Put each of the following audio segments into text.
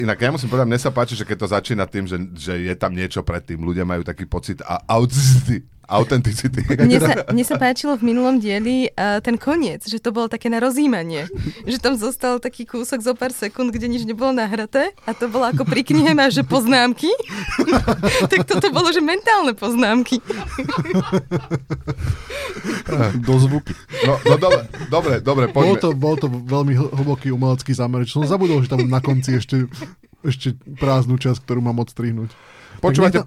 Inak ja musím povedať, mne sa páči, že keď to začína tým, že je tam niečo predtým, ľudia majú taký pocit autenticity. Mne sa páčilo v minulom dieli ten koniec, že to bolo také na rozjímanie. Že tam zostal taký kúsok zo pár sekúnd, kde nič nebolo nahraté a to bolo ako pri knihe máš, že poznámky. Tak toto bolo, že mentálne poznámky. Dozvuky. No dobre, poďme. Bol to veľmi hlboký umelecký zámer. Som zabudol, že tam na konci ešte prázdnu časť, ktorú mám odstrihnúť. Počúvate...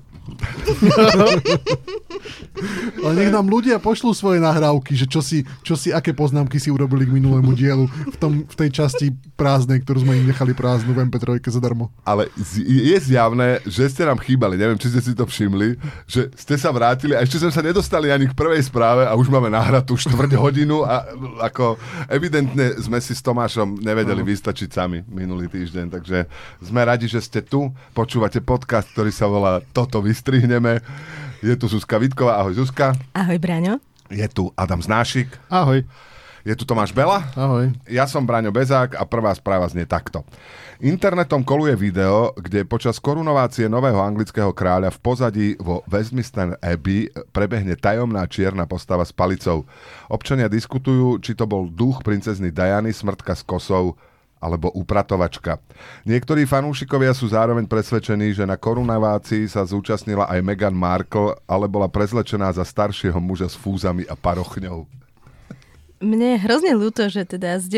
Ale nech nám ľudia pošlú svoje nahrávky, že čo si, aké poznámky si urobili k minulému dielu v tej časti prázdnej, ktorú sme im nechali prázdnu v MP3 zadarmo. Ale je zjavné, že ste nám chýbali, neviem, či ste si to všimli, že ste sa vrátili a ešte sme sa nedostali ani k prvej správe a už máme nahratú 4 hodinu a ako evidentne sme si s Tomášom nevedeli vystačiť sami minulý týždeň, takže sme radi, že ste tu, počúvate podcast, ktorý sa volá Toto vystrihneme. Je tu Zuzka Vítková. Ahoj Zuzka. Ahoj Braňo. Je tu Adam Znášik. Ahoj. Je tu Tomáš Bela. Ahoj. Ja som Braňo Bezák a prvá správa znie takto. Internetom koluje video, kde počas korunovácie nového anglického kráľa v pozadí vo Westminster Abbey prebehne tajomná čierna postava s palicou. Občania diskutujú, či to bol duch princezny Diany, smrtka s kosou, alebo upratovačka. Niektorí fanúšikovia sú zároveň presvedčení, že na korunovácii sa zúčastnila aj Meghan Markle, ale bola prezlečená za staršieho muža s fúzami a parochňou. Mne je hrozne ľúto, že teda s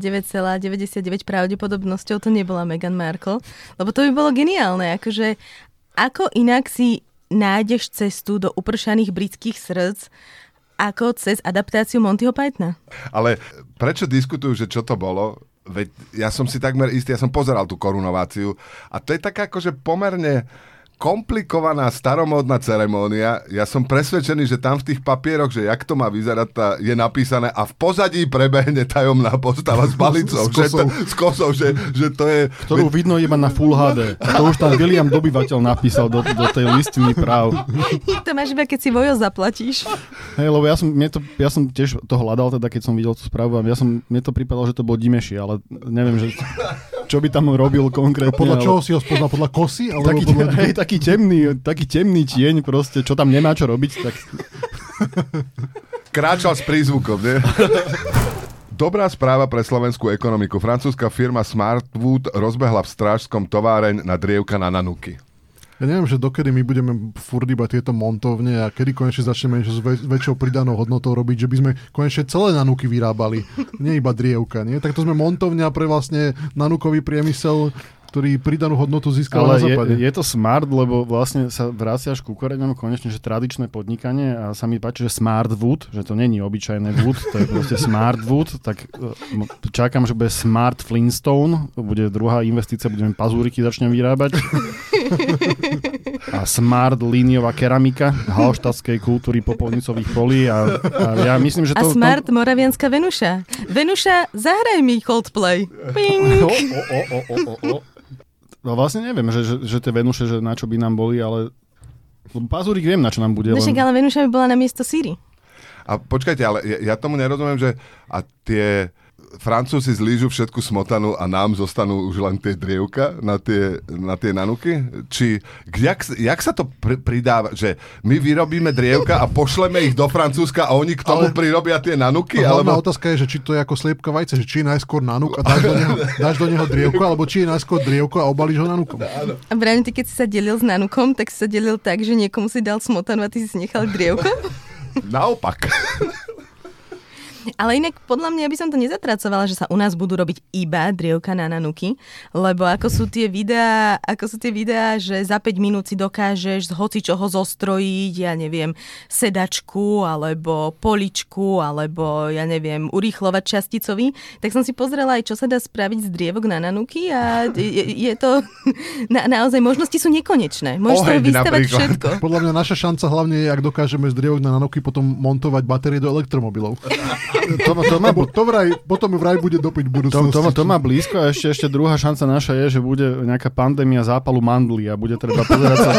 99,99 pravdepodobnosťou to nebola Meghan Markle, lebo to by bolo geniálne. Akože, ako inak si nájdeš cestu do upršaných britských srdc, ako cez adaptáciu Montyho Pythona? Ale prečo diskutujú, že čo to bolo? Veď ja som si takmer istý, ja som pozeral tú korunováciu a to je taká akože pomerne komplikovaná staromódna ceremónia. Ja som presvedčený, že tam v tých papieroch, že jak to má vyzerať, je napísané a v pozadí prebehne tajomná postava s palicou. S kosou, že to je... Ktorú vidno iba na Full HD. A to už tam William Dobyvateľ napísal do tej listiny práv. To máš iba, keď si Vojo zaplatíš. Hej, lebo ja som tiež to hľadal, teda keď som videl tú správu a mne to pripadalo, že to bol Dimeši, ale neviem, že čo by tam robil konkrétne. Podľa čoho si ho spoznal? Podľa kosy? Taký temný tieň proste, čo tam nemá čo robiť, tak... Kráčal s prízvukom, nie? Dobrá správa pre slovenskú ekonomiku. Francúzska firma Smartwood rozbehla v Strážskom továreň na drievka na nanuky. Ja neviem, že dokedy my budeme furt iba tieto montovne a kedy konečne začneme s väčšou pridanou hodnotou robiť, že by sme konečne celé nanuky vyrábali. Nie iba drievka, nie? Tak to sme montovňa pre vlastne nanukový priemysel, ktorý pridanú hodnotu získal na západe. Je to smart, lebo vlastne sa vraciaš ku koreňom konečne, že tradičné podnikanie a sa mi páči, že smart wood, že to není obyčajné wood, to je proste smart wood, tak čakám, že bude smart Flintstone, bude druhá investícia, budeme pazúriky začnem vyrábať. A smart líniová keramika halštatskej kultúry popolnicových polí a ja myslím, že to... A smart moravianská Venuša. Venuša, zahraj mi Coldplay. Ping! No vlastne neviem, že tie Venuše, že na čo by nám boli, ale pazúrik viem, na čo nám bude. No však, ale Venuša by bola na miesto Siri. A počkajte, ale ja tomu nerozumiem, že a tie Francúzi zlížu všetku smotanu a nám zostanú už len tie drievka na tie nanuky? Či jak sa to pridáva, že my vyrobíme drievka a pošleme ich do Francúzska a oni k tomu prirobia tie nanuky? Hlavná otázka je, že či to je ako sliepka vajce, že či je najskôr nanuk a dáš do neho drievko, alebo či je najskôr drievko a obalíš ho nanukom. A Braňo, ty keď si sa delil s nanukom, tak si sa delil tak, že niekomu si dal smotanu a ty si nechal drievko? Naopak. Ale inak podľa mňa by som to nezatracovala, že sa u nás budú robiť iba drievka na nanuky, lebo ako sú tie videá, že za 5 minút si dokážeš z hocičoho zostrojiť, ja neviem, sedačku, alebo poličku, alebo ja neviem, urýchlovať časticový, tak som si pozrela aj, čo sa dá spraviť z drievok na nanuky a je to naozaj, možnosti sú nekonečné. Môžeš to vystavať všetko. Podľa mňa naša šanca hlavne je, ak dokážeme z drievok na nanuky potom montovať batérie do elektromobilov. Potom vraj bude dopyť budúcnosti. To má blízko a ešte druhá šanca naša je, že bude nejaká pandémia zápalu mandlí a bude treba pozerať sa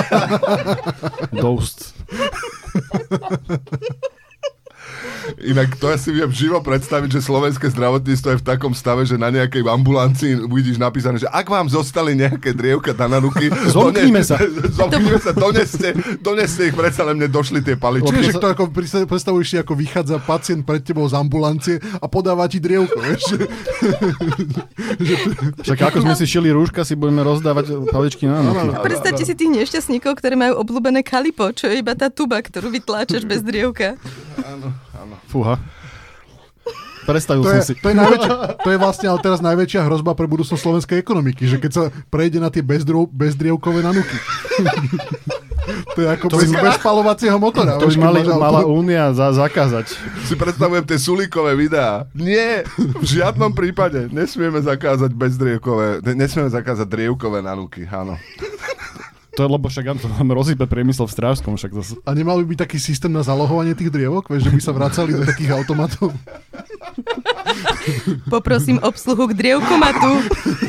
Inak to ja si viem živo predstaviť, že slovenské zdravotníctvo je v takom stave, že na nejakej ambulancii uvidíš napísané, že ak vám zostali nejaké drievka Tananuky, zomknime sa, doneste ich, predsa len mne došli tie paličky. Čiže to ako predstavuješ si, ako vychádza pacient pred tebou z ambulancie a podáva ti drievko, vieš? Však ako sme si šili rúška, si budeme rozdávať paličky na nohy. Predstavte si tých nešťastníkov, ktorí majú obľúbené kalipo, čo je iba tá tuba, ktorú vytláčaš bez drievka. Áno. Fúha. Predstavil som si. To je vlastne ale teraz najväčšia hrozba pre budúcnosť slovenskej ekonomiky, že keď sa prejde na tie bezdrievkové nanuky. To je ako bez spalovacieho motora. To by mala únia zakázať. Si predstavujem tie sulíkové videá. Nie, v žiadnom prípade nesmieme zakázať drievkové nanuky, áno. To je, lebo však to máme rozsype priemysel v Strážskom. Však to... A nemal by byť taký systém na zalohovanie tých drievok? Vieš, že by sa vracali do takých automatov? Poprosím obsluhu k drievkomatu.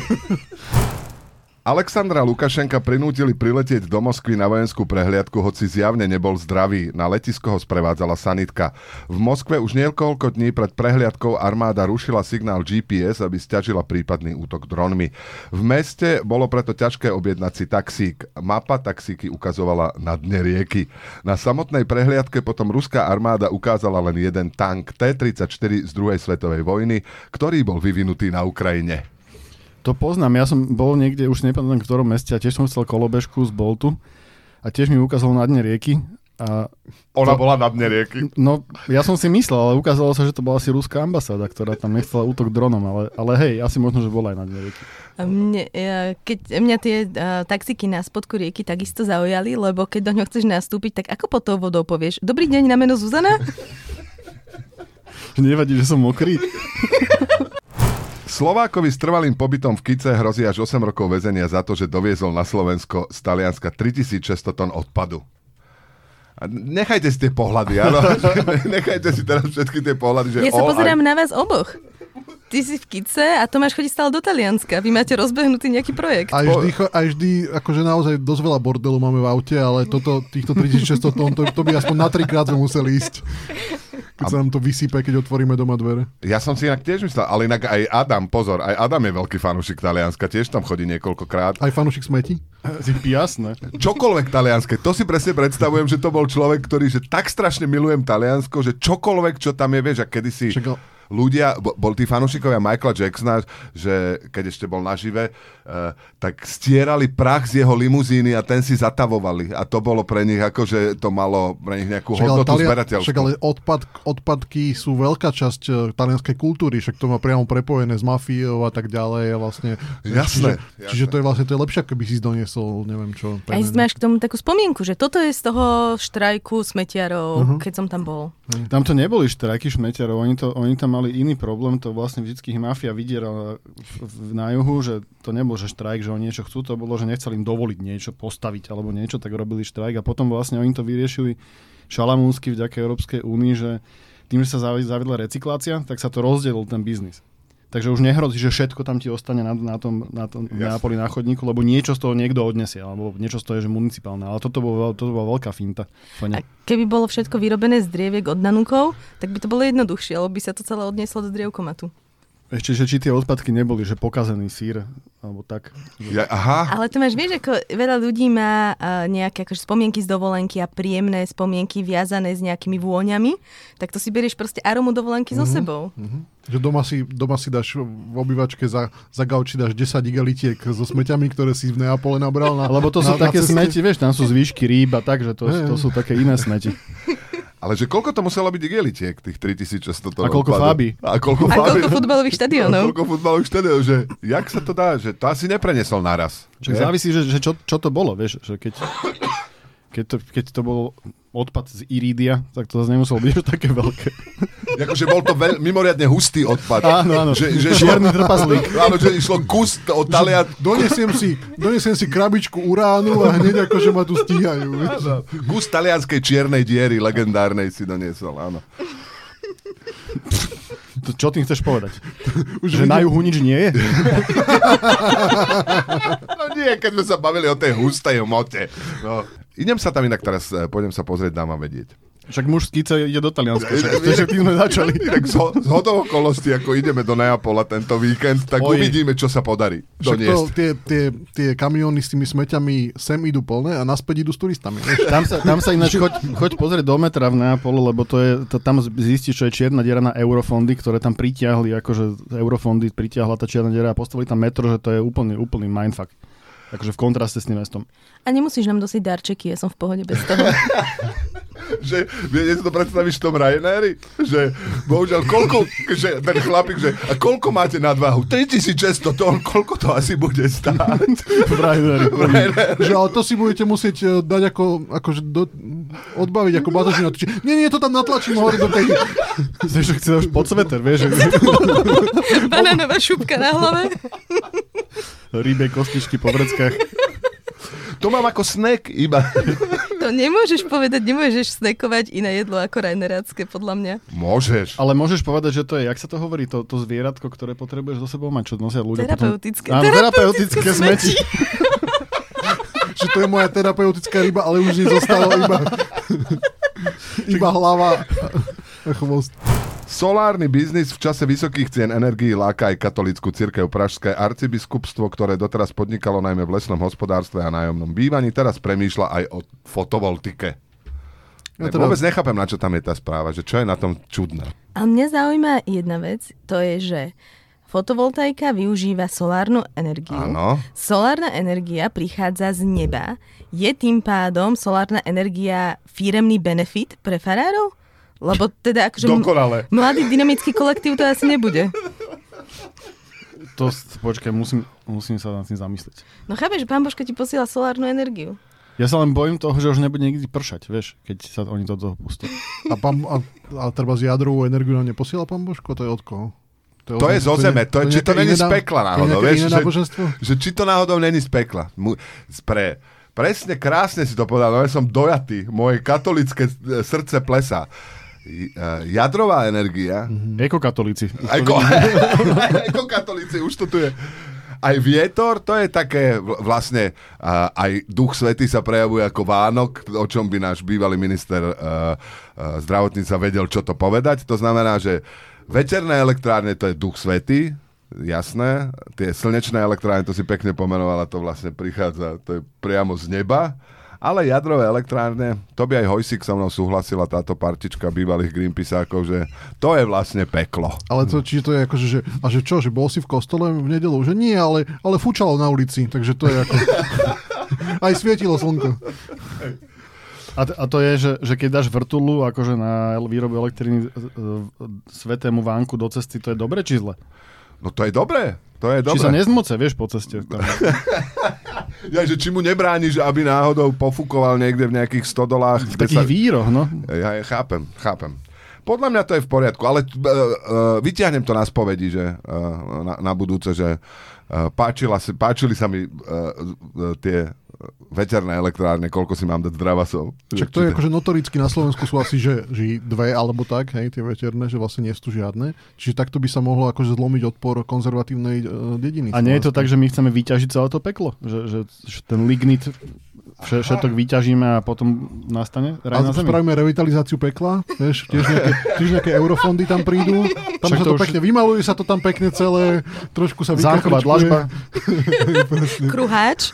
Alexandra Lukašenka prinútili priletieť do Moskvy na vojenskú prehliadku, hoci zjavne nebol zdravý. Na letisko ho sprevádzala sanitka. V Moskve už niekoľko dní pred prehliadkou armáda rušila signál GPS, aby sťažila prípadný útok dronmi. V meste bolo preto ťažké objednať si taxík. Mapa taxíky ukazovala na dne rieky. Na samotnej prehliadke potom ruská armáda ukázala len jeden tank T-34 z druhej svetovej vojny, ktorý bol vyvinutý na Ukrajine. To poznám, ja som bol niekde, už nepamätám v ktorom meste a tiež som chcel kolobežku z Boltu a tiež mi ukázalo na dne rieky. Ona bola na dne rieky? No, ja som si myslel, ale ukázalo sa, že to bola asi ruská ambasáda, ktorá tam nechcela útok dronom, ale hej, asi možno, že bola aj na dne rieky. Mňa tie taxíky na spodku rieky takisto zaujali, lebo keď do ňoho chceš nastúpiť, tak ako pod tou vodou povieš? Dobrý deň, na meno Zuzana? Nevadí, že som mokrý. Slovákovi s trvalým pobytom v Kice hrozí až 8 rokov väzenia za to, že doviezol na Slovensko z Talianska 3600 tón odpadu. A nechajte si tie pohľady, áno? Nechajte si teraz všetky tie pohľady, že... Ja sa pozerám na vás oboch. Ty si v Kice a Tomáš chodí stále do Talianska. Vy máte rozbehnutý nejaký projekt. Aj vždy, akože naozaj dosť veľa bordelu máme v aute, ale týchto 3600 tón, to by aspoň na 3-krát sme museli ísť. Keď sa nám to vysype, keď otvoríme doma dvere. Ja som si inak tiež myslel, ale inak aj Adam, pozor, aj Adam je veľký fanúšik Talianska, tiež tam chodí niekoľkokrát. Aj fanúšik smeti? Jasné. Čokoľvek talianske, to si presne predstavujem, že to bol človek, ktorý, že tak strašne milujem Taliansko, že čokoľvek, čo tam je, vieš, a kedysi... Ľudia, bol tí fanúšikovia Michaela Jacksona, že keď ešte bol nažive, tak stierali prach z jeho limuzíny a ten si zatavovali. A to bolo pre nich ako, že to malo pre nich nejakú hodnotu zberateľskú. Však ale odpadky sú veľká časť talianskej kultúry, však to má priamo prepojené s mafiou a tak ďalej. A vlastne, jasné. Čiže to je vlastne to je lepšie, keby si doniesol, neviem čo. Aj máš k tomu takú spomienku, že toto je z toho štrajku smetiarov, keď som tam bol. Tam to neboli štrajky smetiarov, oni tam mali iný problém, to vlastne vždycky mafia vydierala na juhu, že to nebol, že štrajk, že oni niečo chcú, to bolo, že nechceli im dovoliť niečo postaviť alebo niečo, tak robili štrajk a potom vlastne oni to vyriešili šalamúnsky vďaka Európskej únii, že tým, že sa zavedla recyklácia, tak sa to rozdelil ten biznis. Takže už nehrozí, že všetko tam ti ostane na poli na chodníku, lebo niečo z toho niekto odnesie, alebo niečo z toho je že municipálne. Ale toto bola veľká finta. A keby bolo všetko vyrobené z drieviek od nanukov, tak by to bolo jednoduchšie, lebo by sa to celé odnieslo do drievkomatu. Ešte, že či tie odpadky neboli, že pokazený sír, alebo tak. Aha. Ale to máš, vieš, ako veľa ľudí má nejaké akože spomienky z dovolenky a príjemné spomienky viazané s nejakými vôňami, tak to si berieš proste aromu dovolenky so sebou. Že doma si dáš v obývačke za gauči dáš 10 igelitiek so smeťami, ktoré si v Neapole nabral. Lebo to sú také smeti, vieš, tam sú zvyšky rýb a tak, že to sú také iné smeti. Ale že koľko to muselo byť igelitiek, tých 3600 tón? A koľko fáby? A koľko futbalových štadiónov? A koľko futbalových štadiónov, že jak sa to dá, že to asi neprenesol naraz. Čiže závisí, že čo to bolo, vieš, že keď to bol odpad z irídia, tak to zase nemuselo byť také veľké. Akože bol to mimoriadne hustý odpad. Áno. Že čierny trpaslík. Áno, že išlo kus od Talian. Donesiem si krabičku uránu a hneď akože ma tu stíhajú. Kus talianskej čiernej diery, legendárnej si doniesol, áno. Čo tým chceš povedať? Že na juhu nič nie je? No nie, keď sme sa bavili o tej hustej hmote. No. Idem sa tam inak teraz, pôjdem sa pozrieť, dám vám vedieť. Však muž z Kice ide do Talianska, však tým sme začali. Tak z hodou okolností, ako ideme do Neapola tento víkend, tak uvidíme, čo sa podarí doniesť. Tie kamióny s tými smeťami sem idú plné a naspäť idú s turistami. Tam sa ináč choď pozrieť do metra v Neapole, lebo tam zistíš, čo je čierna diera na eurofondy, ktoré tam pritiahli, akože eurofondy pritiahla tá čierna diera a postavili tam metro, že to je úplný mindfuck. Akože v kontraste s tým mestom. A nemusíš nám dosiť darčeky, ja som v pohode bez toho. Že, viete si to predstavíš v tom Ryanairi? Že, bohužiaľ, že ten chlapík, že a koľko máte nadváhu? 3600 tón, koľko to asi bude stáť? V Ryanairi. Že, ale to si budete musieť dať akože odbaviť ako batožinu. Nie, to tam natlačím hore do tej... Že chce už podsveter, vieš? Banánová šupka na hlave. Rybie kostičky po vreckách. To mám ako snack iba. To nemôžeš povedať, nemôžeš snackovať iné jedlo ako rajnerácké, podľa mňa. Môžeš. Ale môžeš povedať, že to je, jak sa to hovorí, to zvieratko, ktoré potrebuješ so sebou mať, čo nosia ľudia terapeutické. Potom... Terapeutické smeti. Že to je moja terapeutická ryba, ale už nezostalo iba hlava a chvost. Solárny biznis v čase vysokých cien energií láka aj katolícku cirkev Pražské arcibiskupstvo, ktoré doteraz podnikalo najmä v lesnom hospodárstve a nájomnom bývaní, teraz premýšľa aj o fotovoltike. Vôbec nechápem, na čo tam je tá správa, že čo je na tom čudné. A mňa zaujíma jedna vec, to je, že fotovoltaika využíva solárnu energiu. Áno. Solárna energia prichádza z neba. Je tým pádom solárna energia firemný benefit pre farárov? Lebo teda akože mladý dynamický kolektív to asi nebude. Počkaj, musím sa nad tým zamyslieť. No chápeš, že pán Božko ti posiela solárnu energiu. Ja sa len bojím toho, že už nebude nikdy pršať, vieš, keď sa oni do toho pustia. A treba z jadrovú energiu nám neposiela pán Božko? To je od koho? To je zo zeme, či to není z pekla náhodou, vieš, že či to náhodou není z pekla. Presne, krásne si to povedal, no ja som dojatý, moje katolické srdce plesá. Jadrová energia. Ekokatolíci. Ekokatolíci, už to tu je. Aj vietor, to je také vlastne, aj Duch Svätý sa prejavuje ako Vánok, o čom by náš bývalý minister zdravotníctva vedel, čo to povedať. To znamená, že veterné elektrárne to je Duch Svätý, jasné. Tie slnečné elektrárne, to si pekne pomenovala, to vlastne prichádza, to je priamo z neba. Ale jadrové elektrárne, to by aj Hojsík so mnou súhlasila, táto partička bývalých Greenpeaceákov, že to je vlastne peklo. Ale to, či to je akože, že bol si v kostole v nedeľu? Že nie, ale fúčalo na ulici, takže to je ako... Aj svietilo slnko. A to je, že keď dáš vrtulu akože na výrobu elektriny svetému vánku do cesty, to je dobre či zle? No to je dobré. Či sa nezmoce, vieš, po ceste. Ja, že či mu nebrániš, aby náhodou pofúkoval niekde v nejakých stodolách. V takých výroh, no. Ja chápem. Podľa mňa to je v poriadku, ale vyťahnem to na spovedi, že na budúce, že páčili sa mi tie veterné elektrárne, koľko si mám dať dravasov. Čak to je akože notoricky na Slovensku sú asi, že dve alebo tak, hej, tie veterné, že vlastne nie sú žiadne. Čiže takto by sa mohlo akože zlomiť odpor konzervatívnej dediny. A nie je to tak, že my chceme vyťažiť celé to peklo? Že ten lignit všetok vyťažíme a potom nastane raj na zemi? Spravíme revitalizáciu pekla, vieš, tiež nejaké eurofondy tam prídu, tam sa to pekne vymaluje, sa to tam pekne celé, trošku sa zámková dlažba. Kruháč.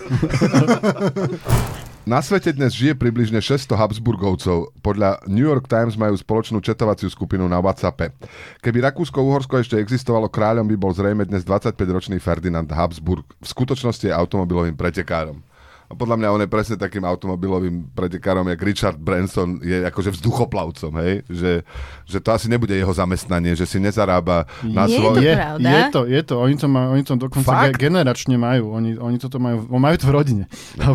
Na svete dnes žije približne 600 Habsburgovcov. Podľa New York Times majú spoločnú četovaciu skupinu na WhatsAppe. Keby Rakúsko-Uhorsko ešte existovalo, kráľom by bol zrejme dnes 25-ročný Ferdinand Habsburg. V skutočnosti je automobilovým pretekárom. A podľa mňa on je presne takým automobilovým pretekárom, jak Richard Branson je akože vzduchoplavcom, hej? Že to asi nebude jeho zamestnanie, že si nezarába na svoje... Je to. Oni to dokonca generačne majú. Oni toto majú to v rodine.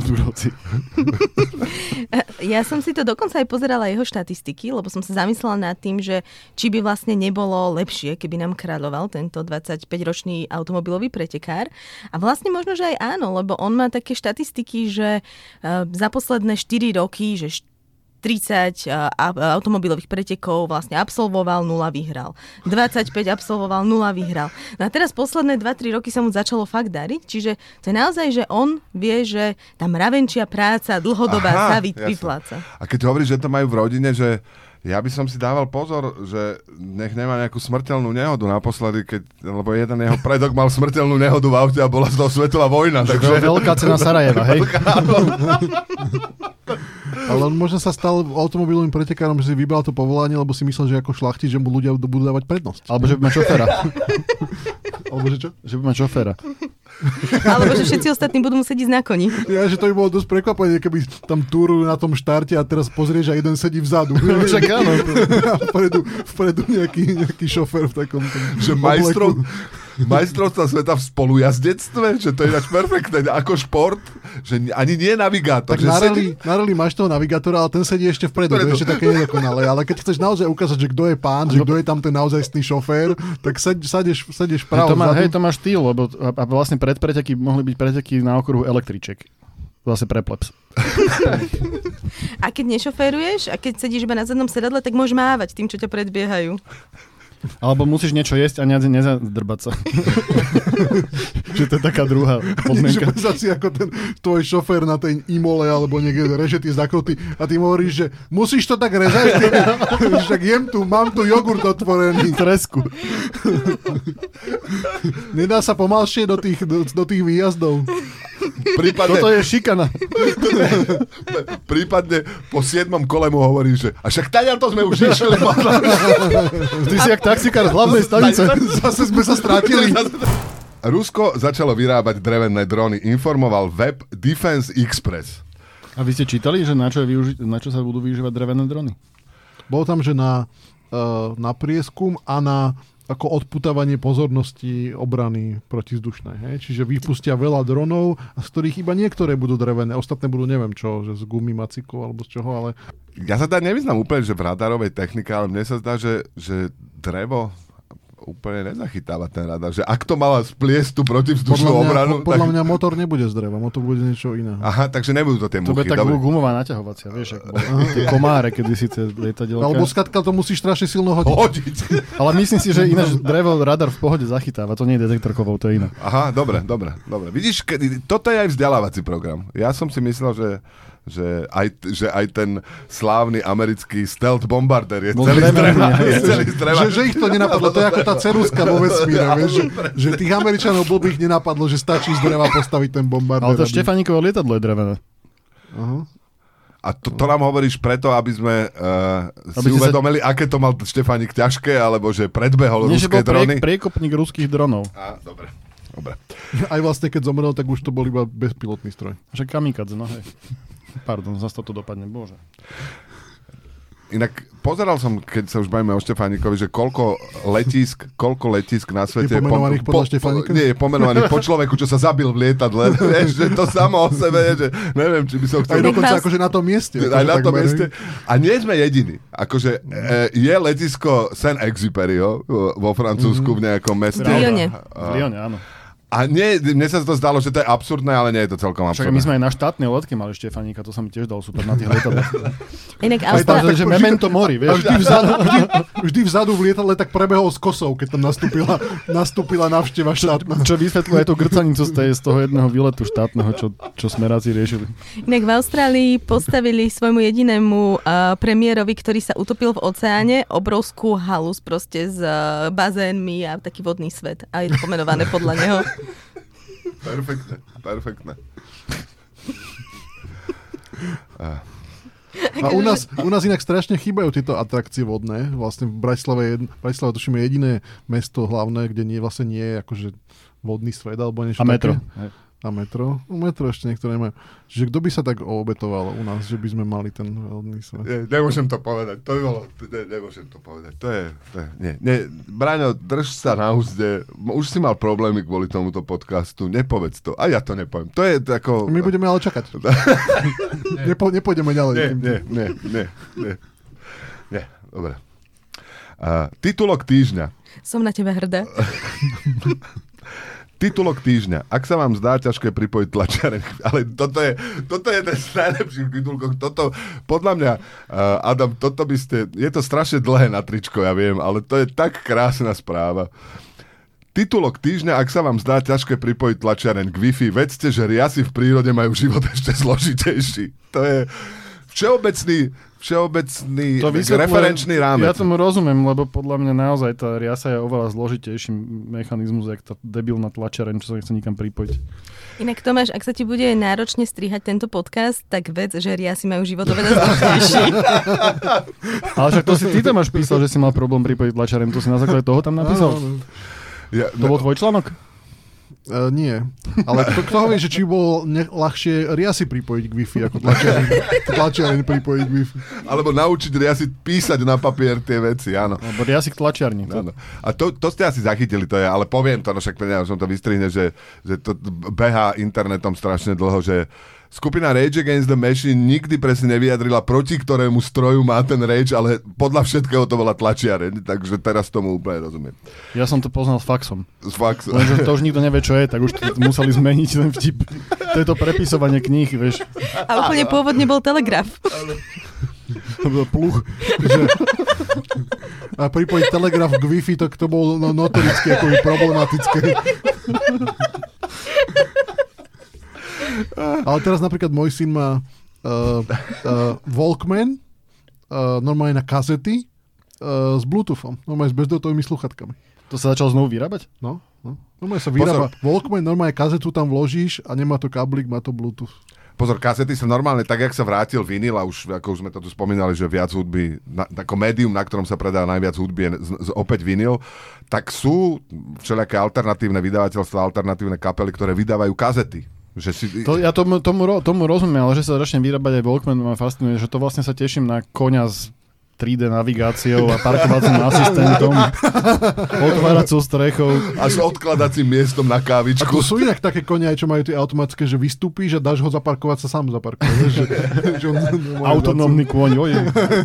Ja som si to dokonca aj pozerala jeho štatistiky, lebo som sa zamyslela nad tým, že či by vlastne nebolo lepšie, keby nám kráľoval tento 25-ročný automobilový pretekár. A vlastne možno, že aj áno, lebo on má také štatistiky, že za posledné 4 roky, že 30 automobilových pretekov vlastne absolvoval, 0 vyhral. 25 absolvoval, 0 vyhral. No a teraz posledné 2-3 roky sa mu začalo fakt dariť, čiže to je naozaj, že on vie, že tá mravenčia práca dlhodobá sa vypláca. A keď hovoríš, že to majú v rodine, že Ja by som si dával pozor, že nech nemá nejakú smrteľnú nehodu naposledy, lebo jeden jeho predok mal smrteľnú nehodu v aute a bola z toho svetová vojna. Takže... Veľká cena Sarajeva, hej? Ale on možno sa stal automobilovým pretekárom, že si vybral to povolanie, lebo si myslel, že ako šlachtič, že mu ľudia budú dávať prednosť. Alebo že by mať šoféra. Alebo že čo? Že by mať šoféra. Alebo že všetci ostatní budú musieť ísť na koni. Ja, že to by bolo dosť prekvapenie, keby tam túrujú na tom štarte a teraz pozrieš a jeden sedí vzadu. Však áno. Vpredu nejaký šofér v takom... Že majstrovstva sveta v spolujazdectve, že to je ináč perfektné, ako šport, že ani nie navigátor. Tak na rally máš toho navigátora, ale ten sedí ešte vpredu, to je ešte také nedokonalé. Ale keď chceš naozaj ukázať, že kto je pán, že kto je tam ten naozajstný šofér, tak sadeš právo vzadu. Hej, to má štýl, lebo a vlastne predpreteky mohli byť preteky na okruhu električek. Zase pre plebs. A keď nešoféruješ a keď sedíš iba na zadnom sedadle, tak môžeš mávať tým, čo ťa predbiehajú. Alebo musíš niečo jesť a nezadrbať sa. Že to je taká druhá podmienka. Že si ako ten tvoj šofér na tej Imole alebo niekde reže tie zakruty a ty mu hovoríš, že musíš to tak rezať. Však mám tu jogurt otvorený. Tresku. Nedá sa pomalšie do tých výjazdov. Prípadne, toto je šikana. Prípadne po 7. kole mu hovorí, že a však to sme už išli. Ty si jak taxikár z hlavnej stanice. Zase sme sa strátili. Rusko začalo vyrábať drevené drony, informoval web Defense Express. A vy ste čítali, že na čo sa budú využívať drevené drony? Bolo tam, že na prieskum a na ako odputávanie pozornosti obrany protizdušnej. Hej? Čiže vypustia veľa dronov, z ktorých iba niektoré budú drevené, ostatné budú neviem čo, že z gumy, macikov alebo z čoho, ale... Ja sa nevyznám úplne, že v radarovej technike, ale mne sa zdá, že drevo úplne nezachytáva ten radar. Že ak to mala spliesť tú protivzdušnú obranu... Podľa mňa motor nebude z dreva, motor bude niečo iné. Aha, takže nebudú to tie muchy. To bude tak gumová naťahovacia, vieš, ako tie komáre, kedy si tie lietadielka... Alebo skladka to musíš strašne silno hodiť. Ale myslím si, že ináč drevo radar v pohode zachytáva, to nie je detektor kovov, to je iné. Aha, dobre. Vidíš, toto je aj vzdelávací program. Ja som si myslel, že aj ten slávny americký stealth bombarder je celý z dreva. Že ich to nenapadlo, to je ako tá ceruzka vo vesmíre, vieš, že tých Američanov blbých nenapadlo, že stačí z dreva postaviť ten bombarder. Ale to Štefánikové lietadlo je drevené. Uh-huh. A to nám hovoríš preto, aby sme si uvedomili, aké to mal Štefánik ťažké, alebo že predbehol ruské drony? Priekopník ruských dronov. Dobre. Aj vlastne, keď zomrel, tak už to bol iba bezpilotný stroj. Že kamikadze, no hej. Pardon, zase to dopadne, bože. Inak pozeral som, keď sa už bavíme o Štefánikovi, že koľko letísk na svete... Je pomenovaných podľa Štefánika? Nie, je pomenovaných po človeku, čo sa zabil v lietadle. Vieš, že to samo o sebe, že neviem, či by som chcel... Aj dokonca akože na tom mieste. Aj na tom mieste. A nie sme jediní. Akože je letisko Saint-Exupéry vo Francúzsku v nejakom meste. V Lyone, áno. A mne sa to zdalo, že to je absurdné, ale nie je to celkom absurdné. Však my sme aj na štátnej letke mali Štefánika, to sa mi tiež dalo super na tých lietadlách. Inak že memento mori, vieš. Vždy vzadu v lietadle tak prebehol s kosou, keď tam nastúpila návšteva štátna. Čo vysvetľuje aj tú grcanicu z toho jedného výletu štátneho, čo smeráci riešili. Inak v Austrálii postavili svojmu jedinému premiérovi, ktorý sa utopil v oceáne, obrovskú halus proste s bazénmi a taký vodný svet. A je to pomenované podľa neho. Perfektné. A u nás inak strašne chýbajú tieto atrakcie vodné. Vlastne v Bratislave tuším je jediné mesto hlavné, kde vlastne nie je akože vodný svet alebo niečo také. A metro. A metro? Metro ešte niektoré majú. Čiže kto by sa tak obetoval u nás, že by sme mali ten vodný svet? Nemôžem to povedať. Nemôžem to povedať. Nie. Braňo, drž sa na úzde. Už si mal problémy kvôli tomuto podcastu. Nepovedz to. A ja to nepoviem. To je ako... My budeme ale čakať. Nepôjdeme ďalej. Nie. Dobre. Titulok týždňa. Som na teba hrdá. Titulok týždňa. Ak sa vám zdá ťažké pripojiť tlačiareň, ale toto je ten z najlepších titulkov. Toto, podľa mňa, Adam, toto by ste... Je to strašne dlhé na tričko, ja viem, ale to je tak krásna správa. Titulok týždňa, ak sa vám zdá ťažké pripojiť tlačiareň k Wi-Fi, vedzte, že riasy v prírode majú život ešte zložitejší. To je... V všeobecný referenčný rámec. Ja tomu rozumiem, lebo podľa mňa naozaj tá riasa je oveľa zložitejší mechanizmus, jak tá debilná tlačiareň, čo sa nechce nikam pripojiť. Inak Tomáš, ak sa ti bude náročne strihať tento podcast, tak vec, že riasy majú život oveľa zložitejší. Ale však to si ty tam máš písal, že si mal problém pripojiť tlačiareň, to si na základe toho tam napísal? To bol tvoj článok? Nie, ale kto hovorí, že či bolo ľahšie riasy pripojiť k Wi-Fi, ako tlačiareň pripojiť k Wi-Fi. Alebo naučiť riasy písať na papier tie veci, áno. Alebo riasy k tlačiarni. A to ste asi zachytili, to je, ale poviem to, no však som to vystrihne, že to behá internetom strašne dlho, že skupina Rage Against the Machine nikdy presne nevyjadrila, proti ktorému stroju má ten Rage, ale podľa všetkého to bola tlačiareň, takže teraz tomu úplne rozumiem. Ja som to poznal s faxom. S faxom. Lenže to už nikto nevie, čo je, tak už to museli zmeniť ten vtip. To je to prepisovanie kníh, vieš. A úplne pôvodne bol telegraf. To bol pluch. A pripojiť telegraf k Wi-Fi, tak to bolo notoricky ako problematické. Ale teraz napríklad môj syn má Walkman, normálne na kazety, s Bluetoothom, normálne s bezdrôtovými sluchatkami. To sa začalo znovu vyrábať? No. Normálne sa vyrába Walkman, normálne kazetu tam vložíš a nemá to káblik, má to Bluetooth. Pozor, kasety sa normálne, tak jak sa vrátil vinyl, a už ako už sme to tu spomínali, že viac hudby, ako médium, na ktorom sa predá najviac hudby, je opäť vinyl, tak sú všelijaké alternatívne vydavateľstva, alternatívne kapely, ktoré vydávajú kazety. Že ja tomu rozumiem, ale že sa začne vyrábať aj Walkman, ma fascinuje, že to vlastne sa teším na koňa s 3D navigáciou a parkovacím asistentom, otváracou strechou. A s odkladacím miestom na kávičku. A to sú inak také kone, aj čo majú tie automatické, že vystúpíš a dáš ho zaparkovať, sa sám zaparkovať. Autonómny kôň, oje.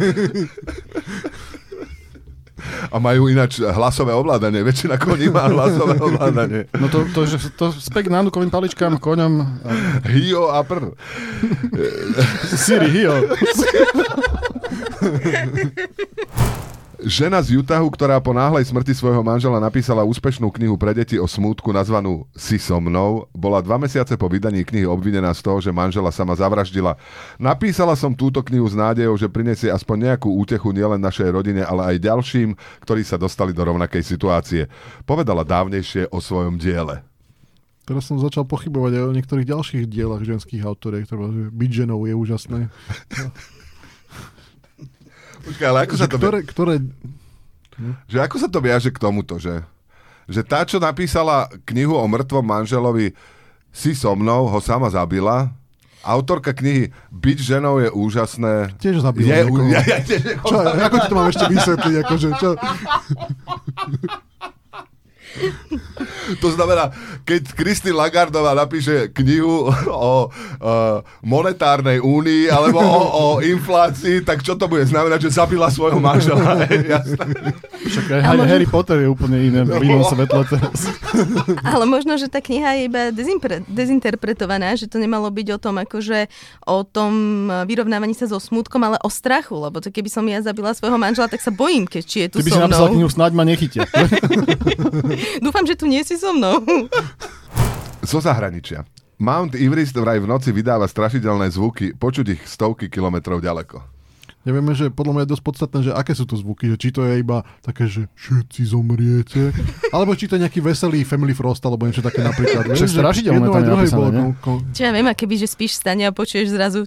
A majú ináč hlasové ovládanie. Väčšina koní má hlasové ovládanie. No to spek nánukovým paličkám, koňom. Hio a prr. Siri, Hio. Žena z Utahu, ktorá po náhlej smrti svojho manžela napísala úspešnú knihu pre deti o smútku nazvanú Si so mnou, bola 2 mesiace po vydaní knihy obvinená z toho, že manžela sama zavraždila. Napísala som túto knihu s nádejou, že prinesie aspoň nejakú útechu nielen našej rodine, ale aj ďalším, ktorí sa dostali do rovnakej situácie. Povedala dávnejšie o svojom diele. Teraz som začal pochybovať aj o niektorých ďalších dielach ženských autoriek, ktoré byť ženou je úžasné. Počkaj, ale ako sa to že ako sa to viaže k tomuto, že tá, čo napísala knihu o mŕtvom manželovi Si so mnou, ho sama zabila. Autorka knihy Byť ženou je úžasné. Tiež zabila niekoho. Čo, ako ti to mám ešte vysvetliť? Akože, čo? To znamená, keď Christine Lagardová napíše knihu o monetárnej únii alebo o inflácii, tak čo to bude znamenať, že zabila svojho manžela? Však aj Harry Potter je úplne iné v inom svetle teraz. Ale možno, že tá kniha je iba dezinterpretovaná, že to nemalo byť o tom, akože o tom vyrovnávaní sa so smútkom, ale o strachu, lebo to keby som ja zabila svojho manžela, tak sa bojím, keď či je tu so mnou. Ty by si napísala knihu Snáď ma nechytia. Dúfam, že tu nie si so mnou. Zo zahraničia. Mount Everest vraj v noci vydáva strašidelné zvuky, počuť ich stovky kilometrov ďaleko. Nevieme, že podľa mňa je dosť podstatné, že aké sú to zvuky, že či to je iba také, že všetci zomriete, alebo či to je nejaký veselý Family Frost, alebo niečo také napríklad. Čo strašidelné tam je napísané, ne? Čo ja viem, a keby, že spíš v stane a počuješ zrazu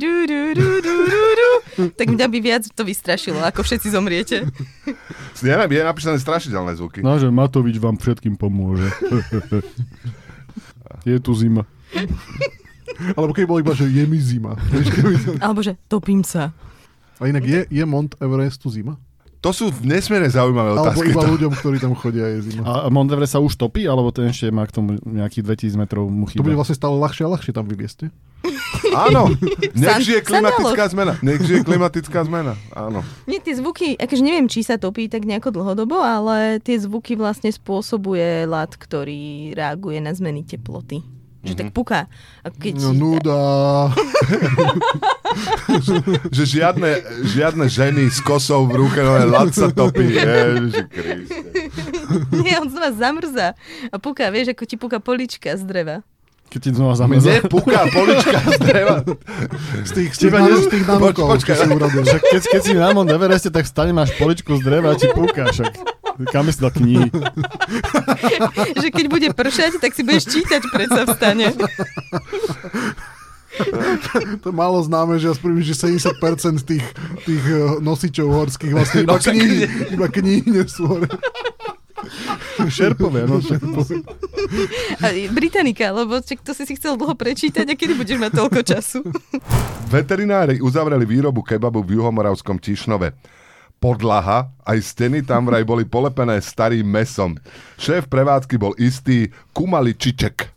tak mňa by viac to vystrašilo, ako všetci zomriete. Je napísané strašidelné zvuky. No, že Matovič vám všetkým pomôže. Je tu zima. Alebo keď bolo iba, že je mi zima. Alebo že topím sa. A inak je Mount Everestu zima? To sú nesmierne zaujímavé otázky. Alebo iba ľuďom, ktorí tam chodia, je zima. A Mount Everest sa už topí, alebo ten ešte má k tomu nejakých 2000 metrov mu chýba? To bude vlastne stále ľahšie a ľahšie tam vyliesť. Áno, nech žije klimatická zmena. Nech žije klimatická zmena, áno. Nie, tie zvuky, akože neviem, či sa topí tak nejako dlhodobo, ale tie zvuky vlastne spôsobuje ľad, ktorý reaguje na zmeny teploty. Že tak puká. No nuda. Že žiadne ženy s kosou v ruke, no ľad sa topí. Ježiši Kriste. Nie, on znova zamrzá a puká, vieš, ako ti puká polička z dreva. Keď ti znova zamrzá. Mne puká polička z dreva. Z tých nanúkov, čo si urobil. Keď si na Mount Evereste, tak vstane, máš poličku z dreva a ti púka. Však. Kam si dal knihy? Že keď bude pršať, tak si budeš čítať, predsa vstane. To je málo známe, že aspoň 70% tých nosičov horských vlastne iba knihy nesú hore. Šerpové, no. Britannica, lebo to si chcel dlho prečítať a kedy budeš mať toľko času? Veterinári uzavreli výrobu kebabu v Juhomoravskom Tišnove. Podlaha, aj steny tam vraj boli polepené starým mesom. Šéf prevádzky bol istý Kumaličiček.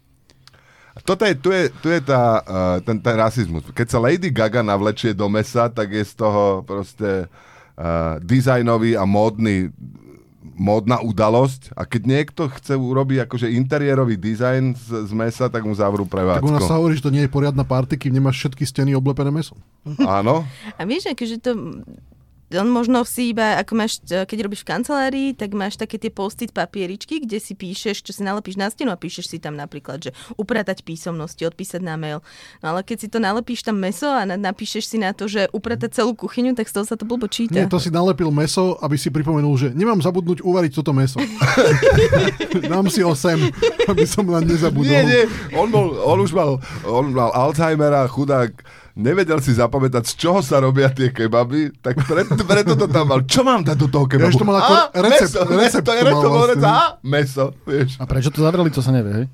Tu je ten rasizmus. Keď sa Lady Gaga navlečie do mesa, tak je z toho proste dizajnový a módna udalosť. A keď niekto chce urobiť akože interiérový dizajn z mesa, tak mu zavrú prevádzku. Tak u nás sa hovorí, že to nie je poriadna party, kým nemáš všetky steny oblepené mesom. Áno. A vieš, akože to... On možno si iba, ako máš, keď robíš v kancelárii, tak máš také tie post-it papieričky, kde si píšeš, čo si nalepíš na stenu a píšeš si tam napríklad, že upratať písomnosti, odpísať na mail. No ale keď si to nalepíš tam meso a napíšeš si na to, že upratať celú kuchyňu, tak z toho sa to blbo číta. Nie, to si nalepil meso, aby si pripomenul, že nemám zabudnúť uvariť toto meso. Dám si ho sem, aby som len nezabudol. Nie, on mal Alzheimera, chudák. Nevedel si zapamätať, z čoho sa robia tie kebaby, tak preto to tam mal. Čo mám dať do toho kebabu? Ja, to mal ako recept. To je meso, vieš. A prečo to zavreli, to sa nevie, hej?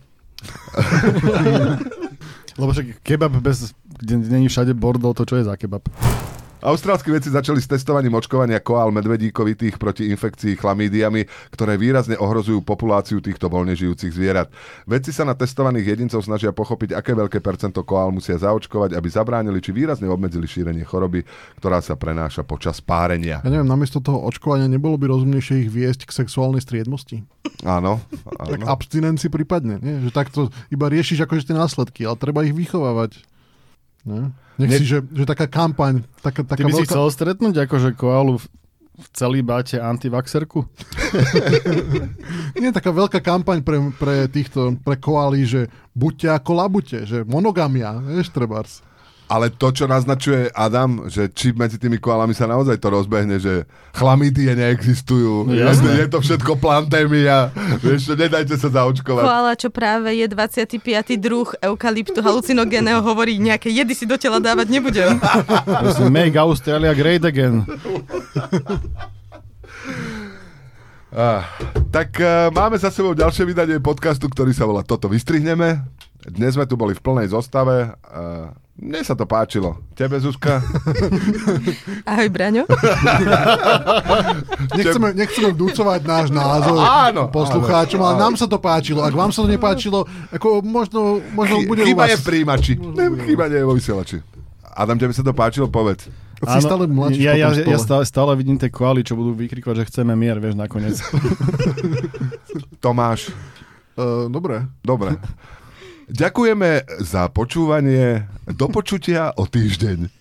Lebo však kebab kde není všade bordel, to čo je za kebab? Austrálski vedci začali s testovaním očkovania koál medvedíkovitých proti infekcii chlamídiami, ktoré výrazne ohrozujú populáciu týchto voľne žijúcich zvierat. Vedci sa na testovaných jedincov snažia pochopiť, aké veľké percento koál musia zaočkovať, aby zabránili či výrazne obmedzili šírenie choroby, ktorá sa prenáša počas párenia. Ja neviem, namiesto toho očkovania nebolo by rozumnejšie ich viesť k sexuálnej striedmosti? Áno. Tak abstinenci prípadne, nie? Že takto iba riešiš akože tie následky, ale treba ich vychovávať. Ne? Nech si, že taká kampaň, taká Ty by si chcel stretnúť akože koalu v celibáte antivaxerku? Nie, taká veľká kampaň pre koaly, že buďte ako labute, že monogamia, vieš, trebárs. Ale to, čo naznačuje Adam, že či medzi tými koalami sa naozaj to rozbehne, že chlamydie neexistujú. Je to všetko plantémia. Vieš, nedajte sa zaočkovať. Koala, čo práve je 25. druh eukalyptu halucinogénneho, hovorí, nejaké jedy si do tela dávať nebudem. Make Australia great again. Máme za sebou ďalšie vydanie podcastu, ktorý sa volá Toto vystrihneme. Dnes sme tu boli v plnej zostave. Mne sa to páčilo. Tebe, Zuzka? Ahoj, Braňo. Nechceme vdúcovať náš názor poslucháčom, ale nám sa to páčilo. Ak vám sa to nepáčilo, ako možno bude chyba u vás... je v príjimači. Chyba nie je vo vysielači. Adam, tebe sa to páčilo? Povedz. Si stále mladší ja stále vidím tie koaly, čo budú vykrikovať, že chceme mier, vieš, nakoniec. Tomáš. Dobre. Ďakujeme za počúvanie. Do počutia o týždeň.